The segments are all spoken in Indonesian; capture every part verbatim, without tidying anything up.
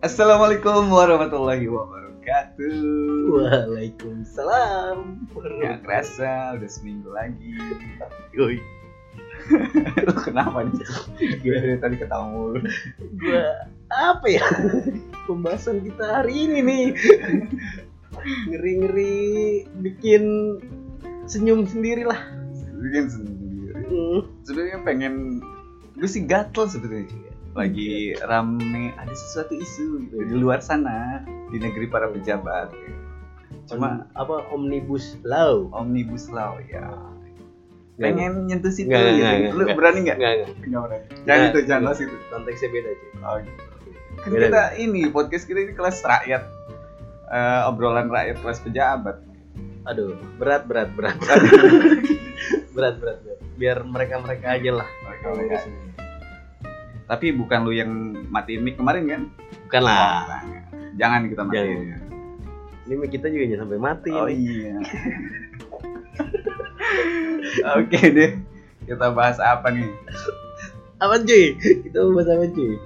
Assalamualaikum warahmatullahi wabarakatuh. Waalaikumsalam. Gak kerasa udah seminggu lagi. Yoi. Lu kenapa nih? Gue dari tadi ketawa mulu. Gua apa ya? Pembahasan kita hari ini nih. Ngeri-ngeri bikin senyum sendiri lah. Bikin sendiri. Hmm. Sebenarnya pengen, gue sih gatel sebenarnya. Lagi rame, ada sesuatu isu gitu di luar sana, di negeri para pejabat. Cuma Om, apa omnibus law? Omnibus law ya. Nggak, Pengen nyentuh situ nggak, gitu. nggak, Lu nggak. berani nggak? Enggak, enggak. Nggak berani. Jangan itu, jangan bahas itu. Konteksnya beda aja. Oh, gitu. Kan Beda, kita ini podcast kita ini kelas rakyat, uh, obrolan rakyat kelas pejabat. Aduh, berat berat berat. berat berat berat. Biar mereka-mereka aja lah. Mereka-mereka aja. Tapi bukan lu yang matiin mic kemarin kan? Bukan lah. Oh, jangan kita matiin. Jangan. Ini mic kita juga jangan sampai mati. Oh nih. iya. Oke deh. Kita bahas apa nih? Apa cuy? Kita mau bahas apa cuy?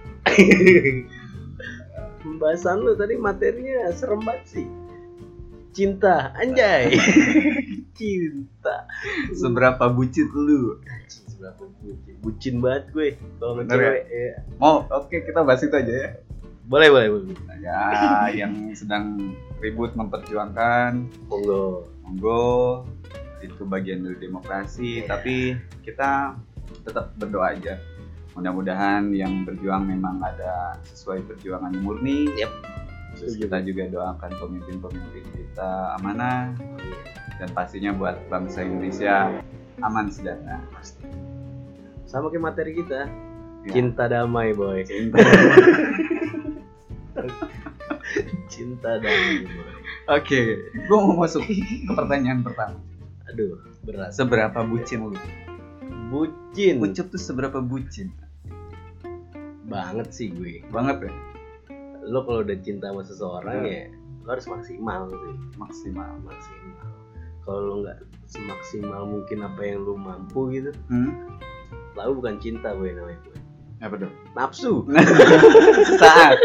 Pembahasan lu tadi materinya serem banget sih. Cinta, anjay. Cinta. Seberapa bucin lu? Seberapa bucin? Bucin banget gue. Kalau sama Bener cewek ya. Mau, oke kita bahas itu aja ya. Boleh, boleh, boleh. Ya, yang sedang ribut memperjuangkan, Monggo. monggo, itu bagian dari demokrasi. Yeah. Tapi kita tetap berdoa aja. Mudah-mudahan yang berjuang memang ada sesuai perjuangan murni. Yep. Terus kita juga doakan pemimpin-pemimpin kita amanah dan pastinya buat bangsa Indonesia aman sejahtera. Pasti. Sama kayak materi kita. Ya. Cinta damai, boy. Cinta. Cinta damai, boy. Oke, gue mau masuk ke pertanyaan pertama. Aduh, berat. Seberapa bucin lu? Bucin. Ucup tuh seberapa bucin? Banget sih gue. Banget ya? Lo kalau udah cinta sama seseorang Ya. ya lo harus maksimal sih. Maksimal. Maksimal. Kalau lo nggak semaksimal mungkin apa yang lo mampu gitu, Hmm? lalu bukan cinta gue namanya gue. Apa dong? Nafsu. Saat.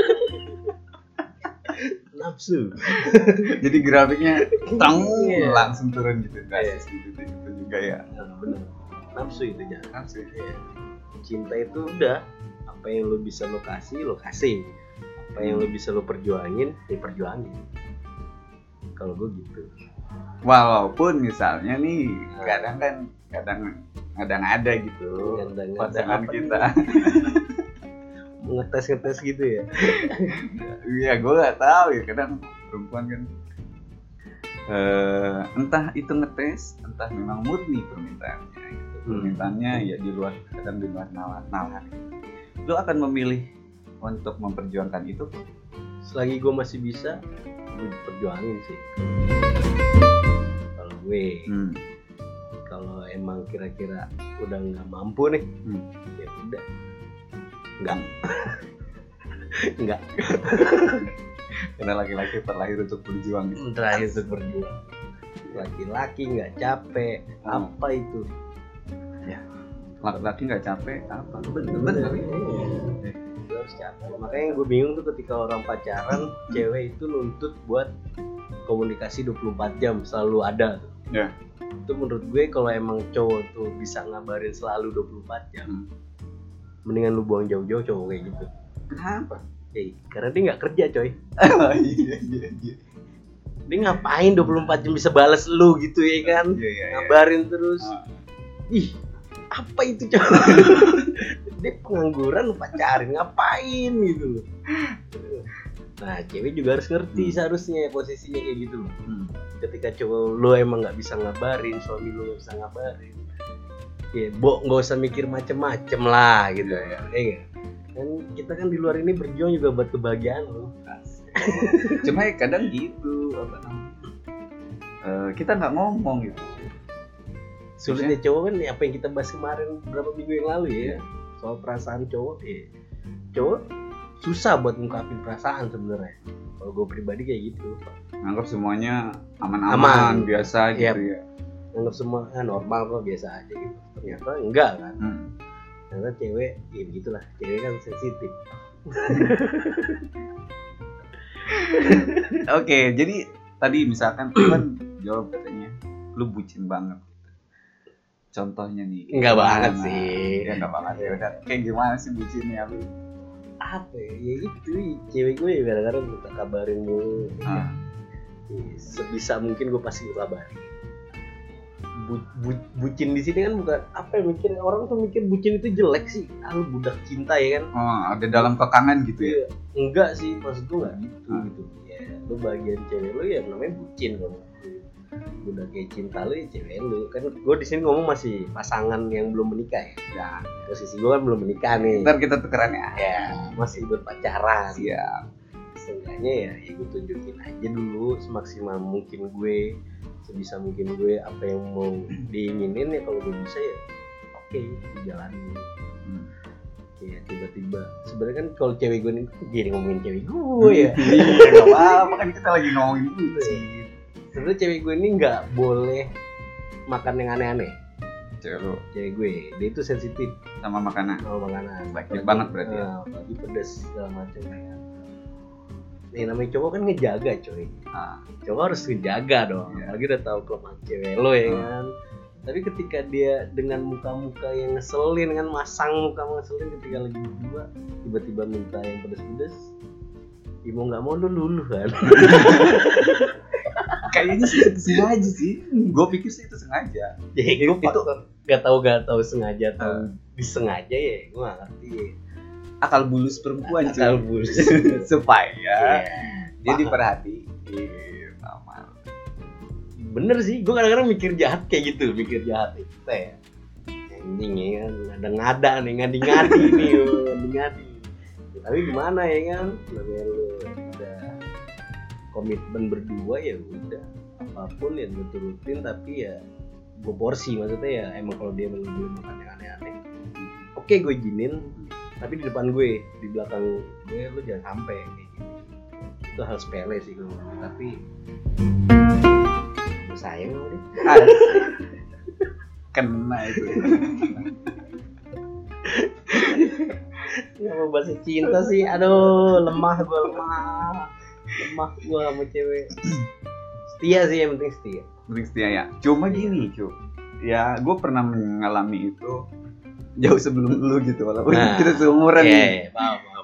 Nafsu. Jadi grafiknya tang Iya. langsung turun gitu. Iya. Drastis gitu, gitu juga ya. Nah, bener. Nafsu itu jangan. Nafsu. Iya. Cinta itu udah apa yang lo bisa lo kasih lo kasih, apa yang lo bisa lo perjuangin diperjuangin. Kalau gue gitu. Walaupun misalnya nih, Nah. kadang kan kadang kadang ada gitu Kadang-kadang pasangan apa kita. Ngetes-ngetes gitu ya. Iya, gue nggak tahu ya, kadang perempuan kan eh, entah itu ngetes, entah memang murni permintaannya. Gitu. Hmm. Permintaannya ya di luar, kadang di luar nalar. nalar. Lo akan memilih untuk memperjuangkan itu? Selagi gue masih bisa, gue perjuangin sih. Kalau gue, Hmm. kalau emang kira-kira udah nggak mampu nih, Hmm. ya udah, nggak, nggak. Karena laki-laki terlahir untuk berjuang. Gitu. Terakhir untuk berjuang. Laki-laki nggak capek, Hmm. apa itu? Laki-laki nggak capek apa? Bener Bener. bener. Iya. Lu harus capek. Makanya gue bingung tuh ketika orang pacaran, cewek itu nuntut buat komunikasi dua puluh empat jam selalu ada tuh. Ya. Itu menurut gue kalau emang cowok tuh bisa ngabarin selalu dua puluh empat jam, Hmm. mendingan lu buang jauh-jauh cowok kayak gitu. Kenapa? Eh, karena dia nggak kerja coy. Iya iya iya. Dia ngapain dua puluh empat jam bisa balas lu gitu ya kan? Iya iya. Ngabarin terus. Ah. Ih, apa itu cowok? Dia pengangguran lu pacarin ngapain gitu loh. Nah, cewek juga harus ngerti Hmm. seharusnya posisinya kayak gitu loh. Hmm. Ketika cowok lu emang nggak bisa ngabarin, suami lu nggak bisa ngabarin, ya bo nggak usah mikir macem-macem lah gitu Iya, ya, ya nggak? Kan kita kan di luar ini berjuang juga buat kebahagiaan lu. Cuma ya kadang gitu apa namanya? Eh, kita nggak ngomong gitu. Sulitnya cowok kan ya, apa yang kita bahas kemarin beberapa minggu yang lalu ya, soal perasaan cowok ya. Cowok susah buat ngungkapin perasaan sebenarnya. Kalau gue pribadi kayak gitu. Anggap semuanya aman-aman, Aman. biasa gitu Yep. ya. Anggap semua ah, normal kok, biasa aja gitu. Ternyata enggak kan. Hmm. Karena cewek ya begitulah, cewek kan sensitif. Oke, jadi tadi misalkan lu kan jawab katanya lu bucin banget. Contohnya nih. Enggak banget gimana? sih. Ya enggak banget ya. Udah kayak gimana sih bucinnya lu? Apa ya, ya itu cewek gue ya kadang-kadang minta kabarin mulu. Ah. Ya, sebisa mungkin gue pasti gue kabarin. Bu, bu, bucin di sini kan bukan apa ya, mikir orang tuh mikir bucin itu jelek sih. Ah, lu budak cinta ya kan. Oh, ada dalam kekangan gitu ya. Iya. Enggak sih, maksud gue enggak gitu Ah. gitu. Ya, lu bagian cewek lu ya namanya bucin kamu. Budak kayak cinta lu ya cewek lu. Kan gue di sini ngomong masih pasangan yang belum menikah ya. Ya, Posisi gue kan belum menikah nih. ntar kita tukeran ya. Ya, masih berpacaran. Siap. Seenggaknya ya, ya gue tunjukin aja dulu semaksimal mungkin gue, sebisa mungkin gue apa yang mau diinginin ya, kalau gue bisa ya oke, dijalanin. Hmm. Ya tiba-tiba sebenarnya kan kalau cewek gue nih jadi ngomongin cewek gue ya. Iya, enggak apa-apa kan kita lagi ngomongin bucin. Sebenarnya cewek gue ini nggak boleh makan yang aneh-aneh. Cewek lu Cewek gue dia itu sensitif sama makanan. sama makanan. Selektif banget berarti ya? Nah, apalagi pedas segala macam ya. Yang namanya cowok kan ngejaga coy. Ah, Cowok harus ngejaga dong. Iya. Apalagi udah tahu kelemahan cewek lo ya Hmm. kan. Tapi ketika dia dengan muka-muka yang ngeselin, dengan masang muka ngeselin ketika lagi berdua, tiba-tiba minta yang pedas-pedas, ya mau nggak mau lu luluh kan. kayaknya sih itu sengaja sih. Gue pikir sih itu sengaja. Ya gue Itu- faktor nggak tahu nggak tahu sengaja atau Ah. disengaja ya, gue nggak ngerti. Ya. Akal bulus perempuan cuy. Akal bulus. Supaya Iya. dia Paham. diperhatiin sama lu. Bener sih, gue kadang-kadang mikir jahat kayak gitu, mikir jahat itu ya. Anjing ya kan, ngada-ngada nih, ngadi-ngadi nih, oh, ngadi-ngadi. Ya, tapi gimana ya kan, namanya lu udah komitmen berdua ya udah, apapun yang lu turutin, tapi ya gue porsi, maksudnya ya emang kalau dia menurut gue makan yang aneh-aneh, oke gue izinin, tapi di depan gue, di belakang gue lu jangan sampai kayak gitu. Itu hal sepele sih gue, tapi gue sayang sama dia. Asik. Kena itu. Nggak mau bahasa cinta sih, aduh lemah gue lemah, lemah gue sama cewek. Setia sih, yang penting setia. Penting setia ya. Cuma gini cuy. Ya gue pernah mengalami itu jauh sebelum lu gitu, walaupun Nah, kita seumuran Oke, nih. paham paham.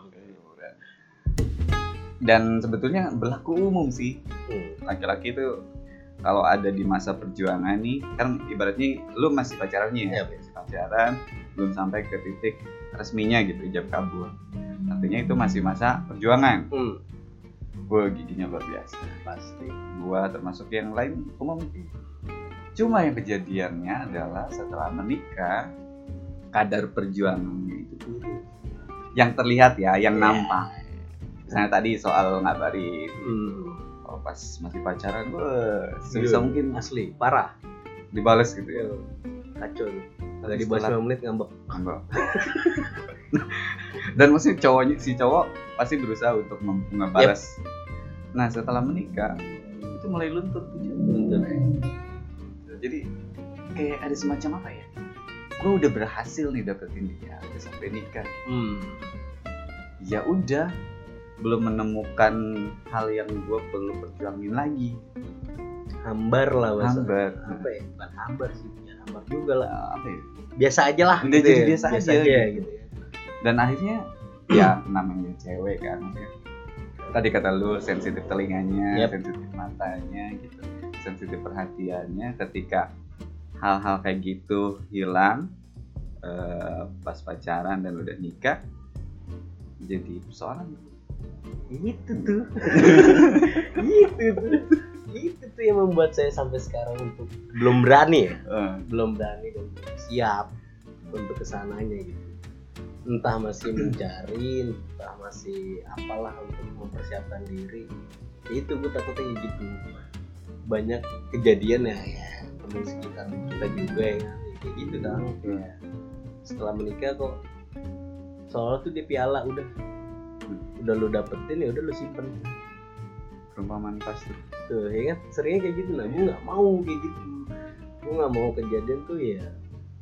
Dan sebetulnya berlaku umum sih. Hmm. Laki-laki itu kalau ada di masa perjuangan nih, kan ibaratnya lu masih pacarannya ya, Ya, masih pacaran, belum sampai ke titik resminya gitu, ijab kabul. Artinya itu masih masa perjuangan. Hmm. Gue giginya luar biasa. Pasti. Gue termasuk yang lain umum. Cuma yang kejadiannya adalah setelah menikah, kadar perjuangannya itu turun. Yang terlihat ya, yang Ya. nampak. Misalnya tadi soal ngabarin. Hmm. Oh, pas masih pacaran gue sebisa Iya, mungkin asli parah. dibales gitu ya. Kacau tuh. Agak Tapi di bawah setelah- lima menit ngambek. Enggak. Dan maksudnya cowoknya, si cowok pasti berusaha untuk mem- ngebalas. Nah setelah menikah itu mulai luntur tuh. Betul ya. Jadi kayak ada semacam apa ya? Gue udah berhasil nih dapetin dia, udah sampai nikah. Hmm. Ya udah, belum menemukan hal yang gue perlu perjuangin lagi. Hambar lah bahasa. Hambar. Apa ya? Bukan hambar sih, ya hambar juga lah. Nah, apa ya? Biasa aja lah. Udah gitu jadi ya. biasa aja, gitu. gitu. Dan akhirnya ya namanya cewek kan. Tadi kata lu sensitif telinganya, Yep. sensitif matanya gitu, sensitif perhatiannya. Ketika hal-hal kayak gitu hilang eh, pas pacaran dan udah nikah, jadi persoalan. Itu tuh. Itu tuh. Itu tuh yang membuat saya sampai sekarang untuk belum berani ya. Eh, Belum berani dan belum siap untuk kesananya gitu. Entah masih mencari, entah masih apalah untuk mempersiapkan diri. Itu gue takutnya kayak gitu. Banyak kejadian ya, ya teman sekitar kita juga ya kayak gitu kan. Ya. Setelah menikah kok soalnya tuh dia piala udah udah lu dapetin ya udah lu simpen perumpamaan pas tuh. tuh ya kan, seringnya kayak gitu. Nah gue nggak mau kayak gitu, gue nggak mau kejadian tuh ya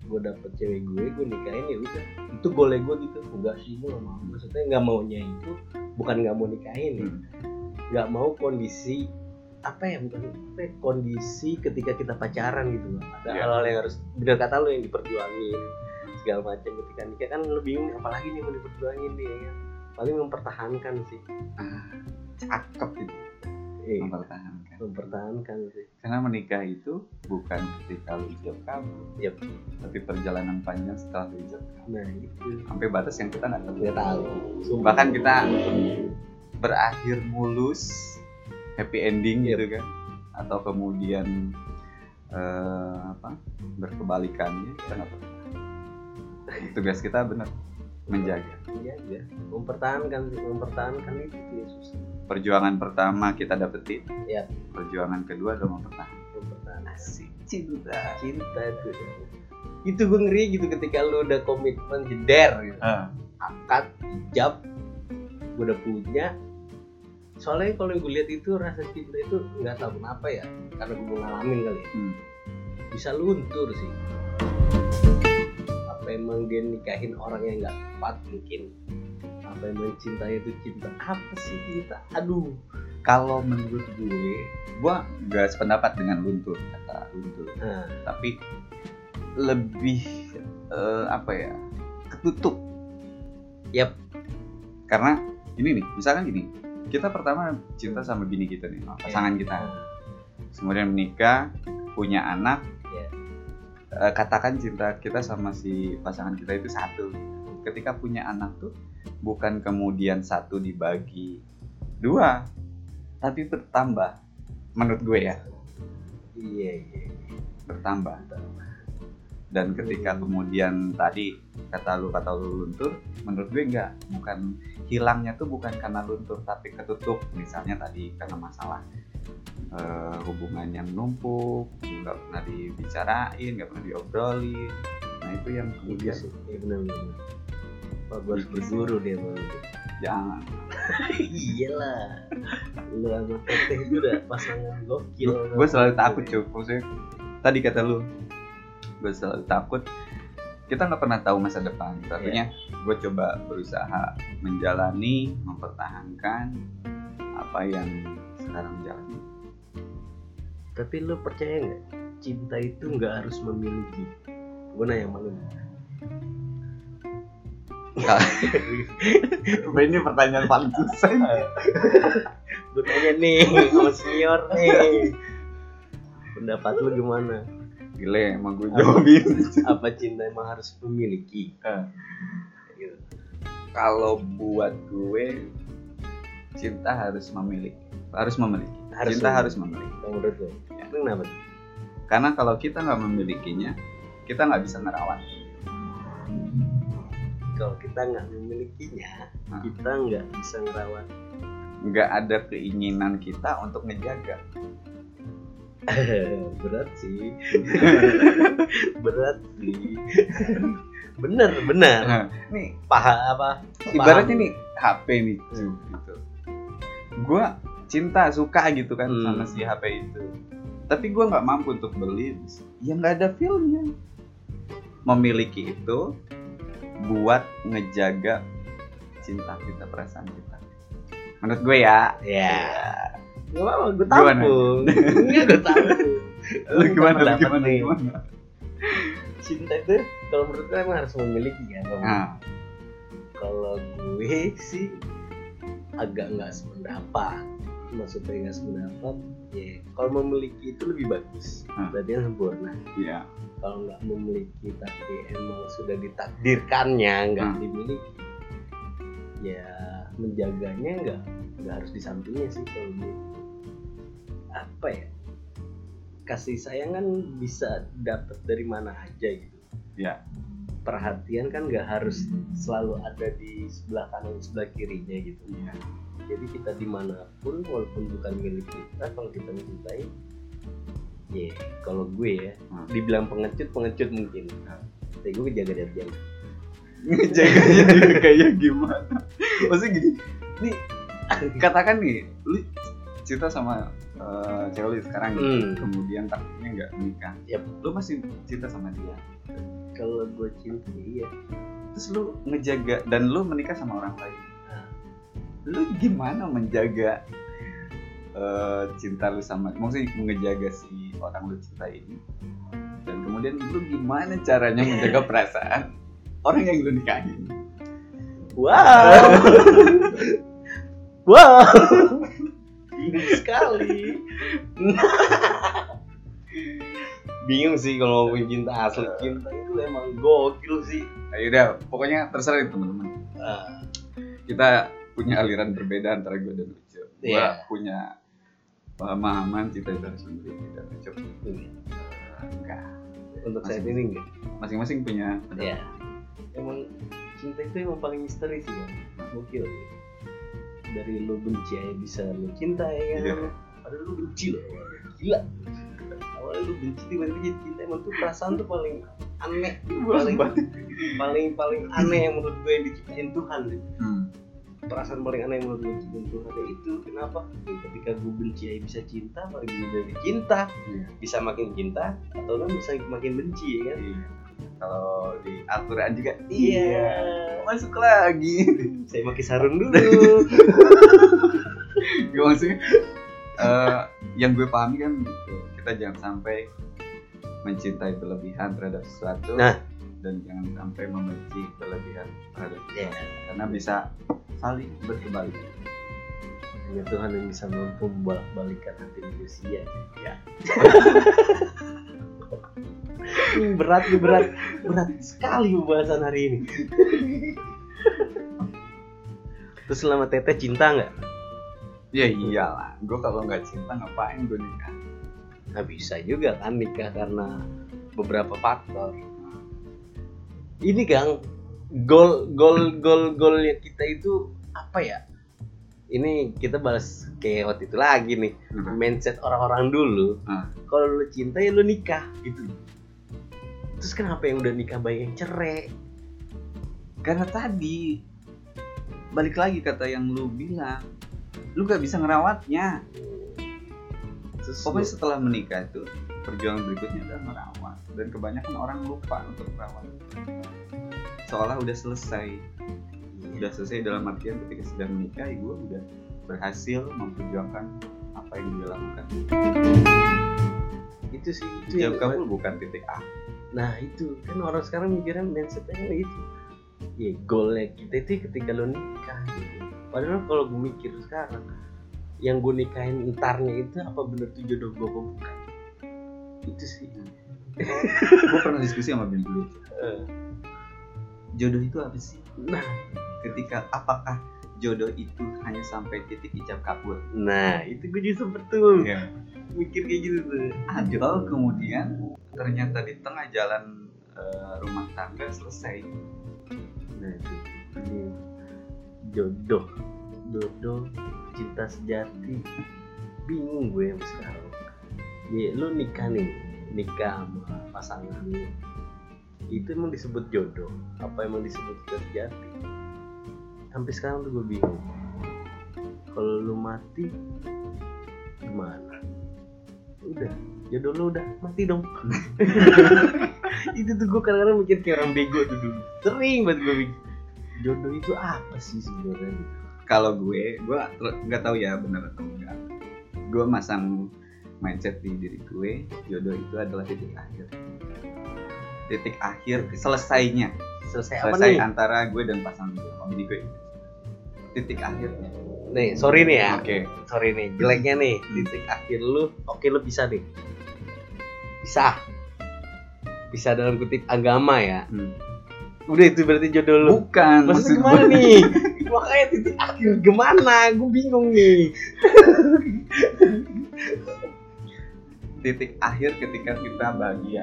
gue dapet cewek gue gue nikahin ya udah itu boleh gue gitu. Enggak sih, gue nggak mau. Maksudnya nggak maunya itu bukan nggak mau nikahin ya, nggak hmm. mau kondisi apa ya, bukan apa ya, kondisi ketika kita pacaran gitu loh. Ada yeah. hal-hal yang harus, benar kata lo, yang diperjuangin segala macam. Ketika nikah kan lo bingung apalagi nih mau diperjuangin nih ya. Paling mempertahankan sih. Ah, cakep itu. Eh, mempertahankan. Mempertahankan sih. Karena menikah itu bukan ketika lu hijab kabul, yep. tapi perjalanan panjang setelah lu hijab kabul. Nah itu. Sampai batas yang kita nggak tahu. Nggak tahu. Bahkan kita berakhir mulus, happy ending yep. gitu kan, atau kemudian uh, apa berkebalikannya, kita nggak tahu. Tugas kita benar menjaga. Menjaga, mempertahankan, mempertahankan itu ya susah. Perjuangan pertama kita dapetin, ya. Perjuangan kedua adalah mempertahankan. Mempertahankan. Asik, cinta. Cinta itu. Itu gue ngeri gitu ketika lu udah komitmen jeder gitu. Uh. Akad, hijab, gue udah punya. Soalnya kalau gue lihat itu rasa cinta itu nggak tahu kenapa ya, karena gue ngalamin kali ya. Hmm. Bisa luntur sih. Apa emang dia nikahin orang yang nggak tepat mungkin? Apa emang cintanya itu cinta? Apa sih cinta? Aduh. Kalau menurut gue, gue nggak sependapat dengan luntur, kata luntur. Hmm. Tapi lebih uh, apa ya? Ketutup. Yap. Karena ini nih, misalkan gini. Kita pertama cinta sama bini kita nih, pasangan kita. Kemudian menikah, punya anak. Yeah. Uh, katakan cinta kita sama si pasangan kita itu satu. Ketika punya anak tuh bukan kemudian satu dibagi dua, tapi bertambah. Menurut gue ya. Iya, iya. Bertambah. Dan ketika kemudian tadi kata lu kata lu luntur, menurut gue enggak, bukan hilangnya tuh bukan karena luntur tapi ketutup. Misalnya tadi karena masalah uh, hubungan yang numpuk, nggak pernah dibicarain, nggak pernah diobrolin. Nah itu yang kemudian iya benar-benar. Pak gue harus berguru dia malu. Jangan. Iyalah. Lu sama Teteh itu udah pasangan gokil. Gue selalu takut cuy. Maksudnya tadi kata lu, gue selalu takut. Kita nggak pernah tahu masa depan. Artinya yeah. gue coba berusaha menjalani, mempertahankan apa yang sekarang menjalani. Tapi lu percaya nggak? Cinta itu nggak harus memiliki. Gue nanya sama lu. Ini pertanyaan paling susah. Gue tanya nih sama senior nih. Pendapat lu gimana? Gile, emang gue jawabin. Apa cinta emang harus memiliki? Uh. Gitu. Kalau buat gue, cinta harus memiliki. Harus memiliki. Harus cinta memiliki. Harus memiliki. Menurut gue. Ya. Kenapa? Karena kalau kita nggak memilikinya, kita nggak bisa merawat. Kalau kita nggak memilikinya, nah. kita nggak bisa merawat. Nggak ada keinginan kita untuk ngejaga. Berat sih. Berat sih. Bener bener. Nah, nih paha apa? Ibaratnya nih H P nih, hmm. gitu. Gua cinta suka gitu kan hmm. sama si H P itu. Tapi gua nggak mampu untuk beli. Ya nggak ada feelnya. Memiliki itu buat ngejaga cinta kita, perasaan kita. Menurut gue ya. Ya. Gak apa-apa, gue tampung. Enggak, gue tampung. Lu gimana, lu gimana, gimana? Cinta itu kalau menurut gue emang harus memiliki kan. Nah. Kalau gue sih agak nggak sependapat. Maksudnya nggak sependapat, ya kalau memiliki itu lebih bagus. Hmm. Berarti yang sempurna. Iya. Kalau nggak memiliki tapi emang sudah ditakdirkannya nggak hmm. dimiliki, ya menjaganya nggak nggak harus di sampingnya sih. Kalau gue apa ya, kasih sayang kan bisa dapat dari mana aja gitu ya. Perhatian kan nggak harus selalu ada di sebelah kanan sebelah kirinya gitu ya. Jadi kita dimanapun walaupun bukan milik kita, kalau kita mencintai ya yeah, kalau gue ya hmm. dibilang pengecut pengecut mungkin tapi gue jaga dari jauh. Ngejaganya juga kayak gimana? Maksudnya gini, nih katakan nih lu cinta sama uh, cewek lu sekarang gitu, hmm. kemudian takutnya nggak menikah, yep. lu masih cinta sama dia, Kalau gue cinta iya. Terus lu ngejaga dan lu menikah sama orang lain. Nah, lu gimana menjaga uh, cinta lu sama, maksudnya ngejaga si orang lu cinta ini? Dan kemudian lu gimana caranya menjaga perasaan orang yang lu nikahin? Wow. Wow. Bingung sekali. Bingung sih kalau ngomongin cinta, asli cinta itu emang gokil sih. Ayo udah, pokoknya terserah teman-teman. Uh. Kita punya aliran berbeda antara gue dan Ucup. Gue Yeah. punya pemahaman cinta itu harus menjadi dan Ucup. Enggak. Untuk saat ini enggak. Masing-masing punya. Iya. Emang cinta itu emang paling misteri sih kan. Gokil. Dari lu benci aja bisa lu cinta ya kan. Iya. Padahal lu benci loh. Gila. Awalnya lu benci tiba-tiba jadi cinta, emang tuh perasaan tuh paling aneh, paling paling paling aneh yang menurut gue yang diciptain Tuhan. Hmm. Perasaan paling aneh yang menurut gue diciptain Tuhan ya itu kenapa? Ya, ketika gue benci aja bisa cinta, paling dari cinta yeah. Bisa makin cinta atau kan bisa makin benci ya kan? Yeah. Kalau di Al-Quran juga iya yeah. Masuk lagi. Saya pakai sarung dulu. Gue maksudnya uh, yang gue pahami kan gitu. Kita jangan sampai mencintai berlebihan terhadap sesuatu, nah. Dan jangan sampai membenci berlebihan terhadap sesuatu, yeah. Karena bisa saling berkebalikan. Hanya Tuhan yang bisa mampu membolak-balikan hati manusia. Ya. Ini berat, ini berat, berat sekali pembahasan hari ini. Terus selama Teteh cinta nggak? Ya iyalah, gue kalau nggak cinta ngapain gue nikah? Nah bisa juga kan nikah karena beberapa faktor. Ini Kang, gol gol gol golnya kita itu apa ya? Ini kita balas kayak waktu itu lagi nih, hmm. mindset orang-orang dulu. Hmm. Kalau lu cinta ya lu nikah gitu. Terus kenapa yang udah nikah banyak yang cerai? Karena tadi balik lagi kata yang lu bilang, lu gak bisa ngerawatnya. Terus pokoknya setelah menikah itu perjuangan berikutnya adalah merawat, dan kebanyakan orang lupa untuk merawat. Seolah udah selesai. Udah selesai dalam artian ketika sudah menikah, ya gue udah berhasil memperjuangkan apa yang dia lakukan. Itu sih itu jam kabul bukan titik A. Nah itu kan orang sekarang mikirnya mindsetnya kan itu. Ya goalnya kita itu ketika lo nikah gitu. Padahal kalau gue mikir sekarang, yang gue nikahin entarnya itu apa bener tuh jodoh gue apa bukan? Itu sih. Gue pernah diskusi sama bini gue. Uh. Jodoh itu apa sih? Nah, ketika apakah jodoh itu hanya sampai titik ijab kabul? Nah, itu gue juga sempet tuh yeah. mikir kayak gitu tuh. Atau kemudian ternyata di tengah jalan uh, rumah tangga selesai. Nah, itu ini jodoh, jodoh, cinta sejati. Bingung gue yang sekarang. Ya, lu nikah nih, nikah sama pasangan lu. Itu emang disebut jodoh apa emang disebut cinta sejati? Sampai sekarang tuh gue bingung. Kalau lu mati gimana? Udah jodoh lu udah mati dong. Itu tuh gue kadang-kadang mikir kayak orang bego tuh dulu. Sering banget gue mikir jodoh itu apa sih sebenarnya? Kalau gue gue nggak tahu ya benar atau enggak. Gue masang mindset di diri gue, jodoh itu adalah titik akhir. Titik akhir selesainya selesai, selesai apa nih? Antara gue dan pasangan gue, jadi gue titik akhirnya nih. Sorry nih ya, oke okay. sorry nih jeleknya nih titik akhir lu. Oke, lu bisa deh, bisa bisa dalam kutip agama ya. hmm. Udah itu berarti jodoh lu. Bukan, maksudnya gimana gue. Nih makanya titik akhir gimana, gue bingung nih. Titik akhir ketika kita bahagia,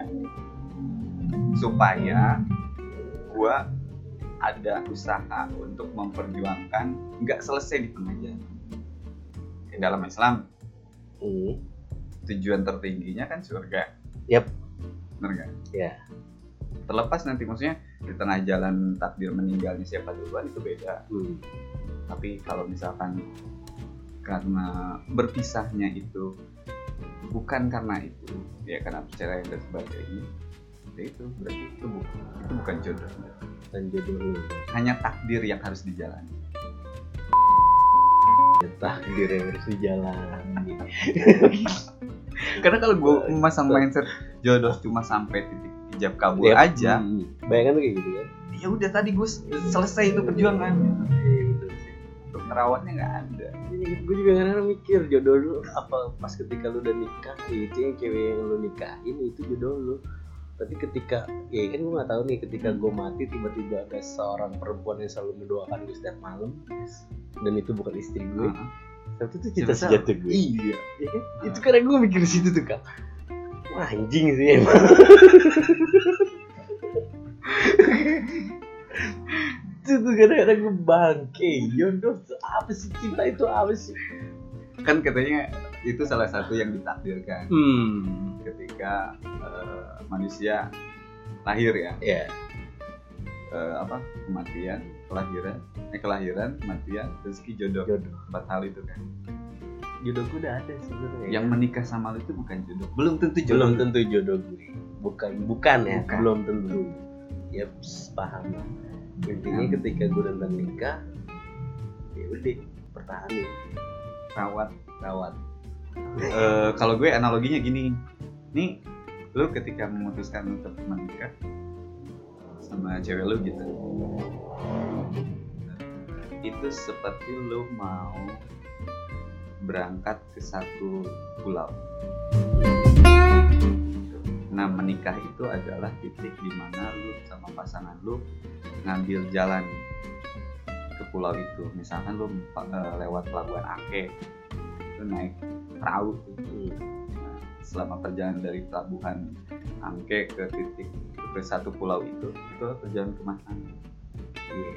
supaya gue ada usaha untuk memperjuangkan nggak selesai di tengah jalan. Dalam Islam hmm. tujuan tertingginya kan surga. Yap. Benar nggak? Ya. Terlepas nanti maksudnya di tengah jalan takdir meninggalnya siapa duluan itu beda. Hmm. Tapi kalau misalkan karena berpisahnya itu bukan karena itu, ya karena perceraian dan sebagainya, ya itu berarti itu bukan itu bukan jodoh. Dan jodoh lu Hanya takdir yang harus dijalani. ya, takdir yang harus dijalani. Karena kalau gue memasang mindset jodoh cuma sampai titik ijab kabul Ya, aja, hmm. Bayangan tuh kayak gitu kan. ya udah tadi gue selesai itu perjuangan. Iya bener sih. Untuk merawatnya nggak ada. Gue juga kadang mikir jodoh lu apa pas ketika lu udah nikah itu yang cewek yang lu nikahin itu jodoh lu. Tapi ketika ya kan gue nggak tahu nih ketika gue mati tiba-tiba ada seorang perempuan yang selalu mendoakan gue setiap malam dan itu bukan istri gue. Uh-huh. Tapi itu cita Siapa sejati gue. Iya. Ya kan? Uh-huh. Itu kadang gue mikir di situ tuh Kak. Wah, anjing sih emang. Itu tuh kadang-kadang gue bangke. Jodoh tuh apa sih, cinta itu apa sih? Kan katanya itu salah satu yang ditakdirkan. Hmm. Ketika uh, manusia lahir ya, Ya. uh, apa kematian, kelahiran, eh kelahiran, kematian, rezeki, jodoh. Jodoh. Empat hal itu kan. Jodoh gue udah ada sebenarnya. Yang menikah sama lu itu bukan jodoh. Belum tentu jodoh. Belum tentu jodoh gue. Bukan, bukan ya. Bukan. Belum tentu. Ya paham lah. Intinya Hmm. ketika gue nonton nikah, ya udah pertahanin, Rawat. rawat. Uh, kalau gue analoginya gini, nih lu ketika memutuskan untuk menikah sama cewek lu gitu, itu seperti lu mau berangkat ke satu pulau. Nah, menikah itu adalah titik di mana lu sama pasangan lu ngambil jalan ke pulau itu. Misalkan lu uh, lewat pelabuhan Angke, lu naik perahu tuh. Nah, selama perjalanan dari pelabuhan Angke ke titik ke satu pulau itu, itu perjalanan kemasan. Yeah.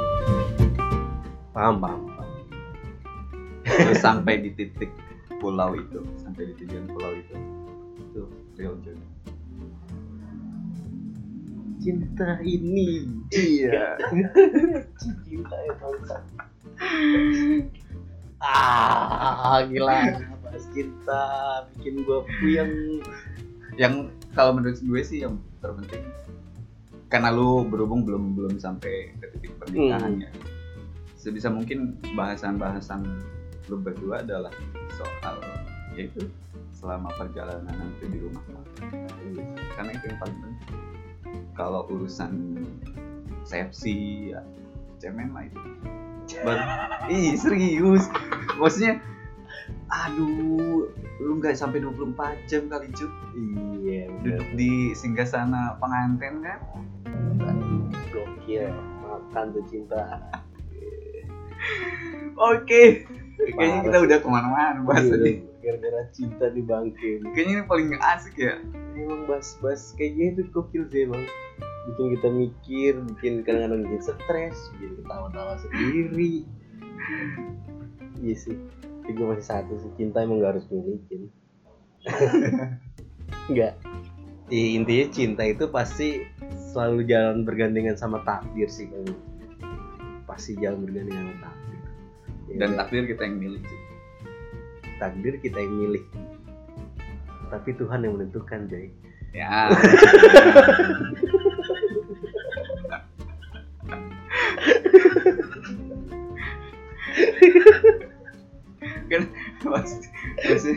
Paham, paham, paham. Terus sampai di titik pulau itu, sampai di tujuan pulau itu, itu real jodoh. Cinta ini, Iya. cinta ya bangsa. Ah, gila, bahas cinta bikin gua puyeng. Yang kalau menurut gue sih yang terpenting, karena lu berhubung belum belum sampai ke titik pernikahan Hmm. ya, sebisa mungkin bahasan-bahasan lu berdua adalah soal yaitu selama perjalanan nanti di rumah tangga, karena itu yang paling penting. Kalau urusan resepsi ya cemen lah itu. Baru, ih serius, maksudnya aduh lu nggak sampai dua puluh empat jam kali Cuk. Iya, Duduk di singgasana pengantin kan. gokil, makan tuh cinta. Oke, kayaknya kita udah kemana-mana bahas Iya, tadi. gara-gara cinta di bangke. Kayaknya ini paling asik ya. Emang bahas-bahas kayak gitu gokil sih emang. Bikin kita mikir, bikin kadang-kadang bikin stres, bikin ketawa-tawa sendiri. Iya sih. Tapi gue masih satu sih, cinta emang gak harus milikin. Enggak. Ya, intinya cinta itu pasti selalu jalan bergandengan sama takdir sih kan. Pasti jalan bergandengan sama takdir. Ya, Dan udah, takdir kita yang milih Cuk. takdir kita yang milih. Tapi Tuhan yang menentukan, Jay. Ya. Kan pasti pasti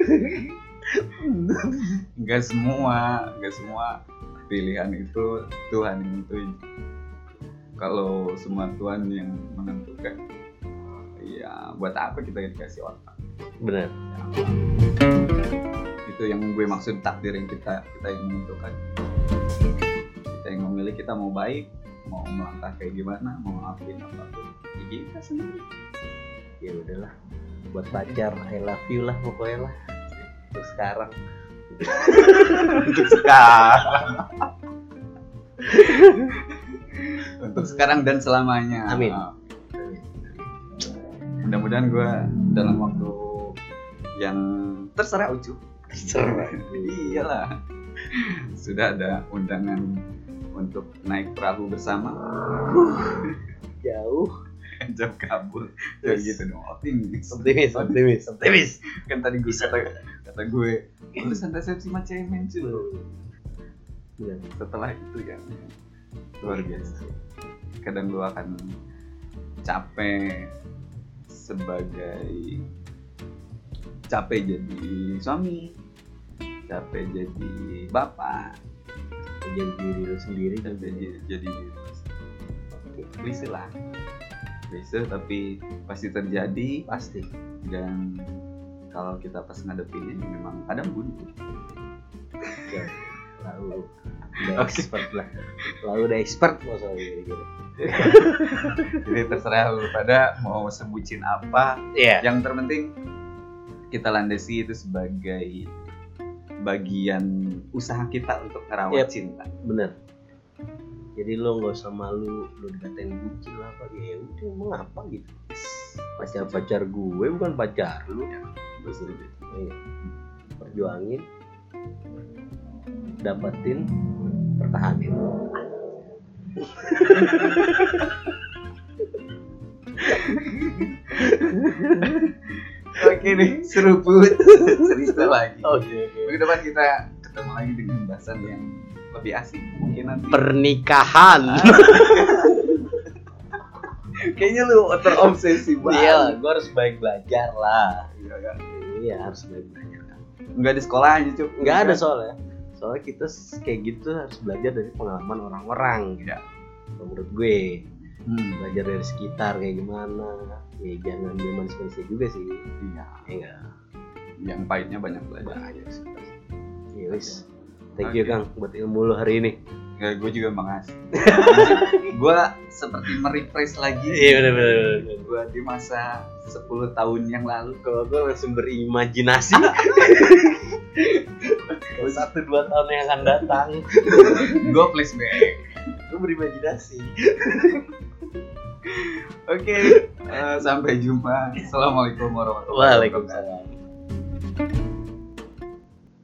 nggak semua nggak semua pilihan itu Tuhan yang nentuin. Kalau semua Tuhan yang menentukan, ya buat apa kita dikasih otak? Benar. Ya, itu yang gue maksud takdir yang kita kita yang menentukan. Kita yang memilih, kita mau baik, mau melangkah kayak gimana, mau ngapain apapun, ya kita sendiri. Ya udahlah, buat pacar I love you lah pokoknya lah. Untuk sekarang. Untuk sekarang. Untuk sekarang dan selamanya. Amin. Mudah-mudahan gue dalam waktu yang terserah Ucup. Terserah. Iyalah. Sudah ada undangan untuk naik perahu bersama. Jauh. Jam kabul. Kayak gitu dong. Optimis. Optimis, optimis, optimis. Kan tadi gue kata, kata gue urusan resepsi mah cemen cuy. Benar. Setelah itu ya luar biasa. Kadang lu akan capek sebagai capek jadi suami, capek jadi bapak, Jadi diri lu sendiri capek juga. jadi jadi klise lah, klise tapi pasti terjadi. Pasti. Dan kalau kita pas ngadepinnya memang kadang buntu. Ya, lalu udah Oke. expert lah. Lalu udah expert masalah gitu. Jadi terserah lu pada mau sebutin apa. Iya. Yang terpenting kita landasi itu sebagai bagian usaha kita untuk ngerawat Yep. cinta. Bener. Jadi lo nggak usah malu, lo dikatain bucin lah apa, ya udah emang apa gitu. Pacar pacar gue bukan pacar lu. Betul. Iya. Perjuangin, dapetin, pertahanin. Oke nih, seruput cerita lagi. Oke oke. Minggu depan kita ketemu lagi dengan bahasan yang lebih asik. Mungkin nanti. Pernikahan. Kayaknya lu terobsesi banget. Iya, gue harus baik belajar lah. Iya kan? Iya harus baik belajar. Enggak di sekolah aja, Cuk. Nggak ada soalnya. Soalnya kita s- kayak gitu harus belajar dari pengalaman orang-orang. Ya. Kalau menurut gue, Hmm. belajar dari sekitar kayak gimana. Ya jangan dia manusia juga sih. Iya. Ya enggak. Yang pahitnya banyak belajar. Banyak sih. Ya wis. Thank you Oke. Kang buat ilmu lo hari ini. Enggak, gue juga makasih. Gue seperti merefresh lagi. benar-benar. Gue di masa sepuluh tahun yang lalu. Kalau gue langsung berimajinasi. Kalau satu dua tahun yang akan datang, Gue flashback. gue berimajinasi. Oke, eh, sampai jumpa. Assalamualaikum warahmatullahi wabarakatuh. Waalaikumsalam.